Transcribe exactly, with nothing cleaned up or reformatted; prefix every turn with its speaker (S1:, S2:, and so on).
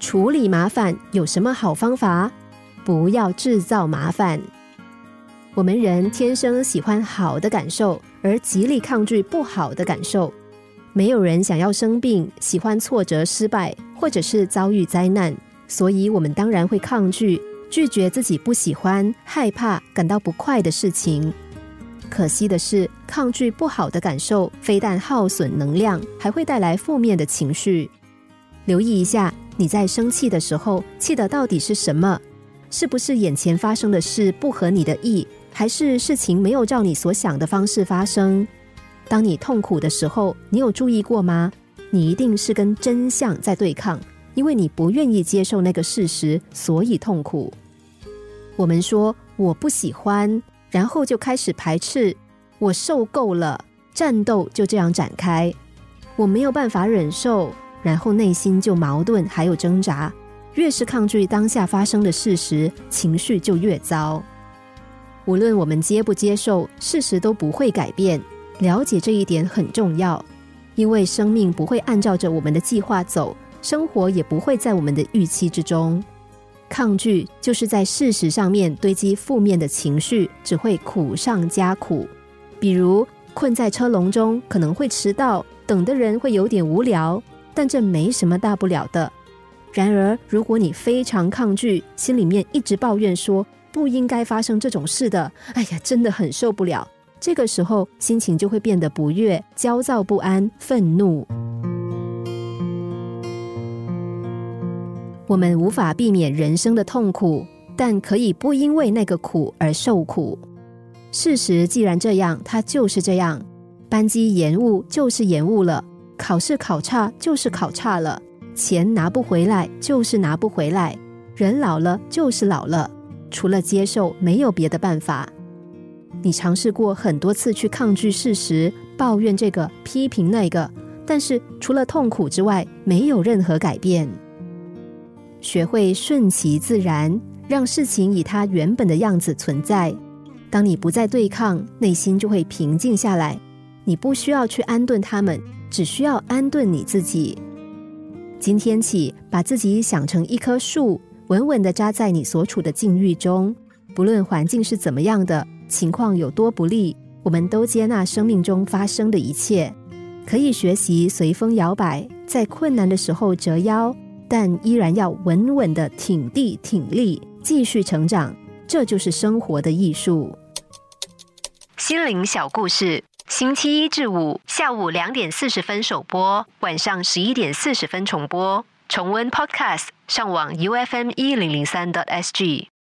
S1: 处理麻烦有什么好方法？不要制造麻烦。我们人天生喜欢好的感受，而极力抗拒不好的感受。没有人想要生病，喜欢挫折失败，或者是遭遇灾难，所以我们当然会抗拒，拒绝自己不喜欢、害怕、感到不快的事情。可惜的是，抗拒不好的感受，非但耗损能量，还会带来负面的情绪。留意一下，你在生气的时候，气的到底是什么？是不是眼前发生的事不合你的意，还是事情没有照你所想的方式发生？当你痛苦的时候，你有注意过吗？你一定是跟真相在对抗，因为你不愿意接受那个事实，所以痛苦。我们说我不喜欢，然后就开始排斥，我受够了，战斗就这样展开。我没有办法忍受，然后内心就矛盾还有挣扎，越是抗拒当下发生的事实，情绪就越糟。无论我们接不接受，事实都不会改变。了解这一点很重要，因为生命不会按照着我们的计划走，生活也不会在我们的预期之中。抗拒就是在事实上面堆积负面的情绪，只会苦上加苦。比如困在车笼中，可能会迟到，等的人会有点无聊，但这没什么大不了的。然而如果你非常抗拒，心里面一直抱怨说不应该发生这种事的，哎呀，真的很受不了，这个时候心情就会变得不悦、焦躁不安、愤怒。我们无法避免人生的痛苦，但可以不因为那个苦而受苦。事实既然这样，它就是这样。班机延误就是延误了，考试考差就是考差了，钱拿不回来就是拿不回来，人老了就是老了，除了接受，没有别的办法。你尝试过很多次去抗拒事实，抱怨这个，批评那个，但是除了痛苦之外，没有任何改变。学会顺其自然，让事情以它原本的样子存在。当你不再对抗，内心就会平静下来。你不需要去安顿他们，只需要安顿你自己。今天起，把自己想成一棵树，稳稳地扎在你所处的境遇中。不论环境是怎么样的，情况有多不利，我们都接纳生命中发生的一切。可以学习随风摇摆，在困难的时候折腰，但依然要稳稳地挺地挺立，继续成长。这就是生活的艺术。心灵小故事，星期一至五下午两点四十分首播，晚上十一点四十分重播。重温 Podcast， 上网 U F M 一零零三 点 S G。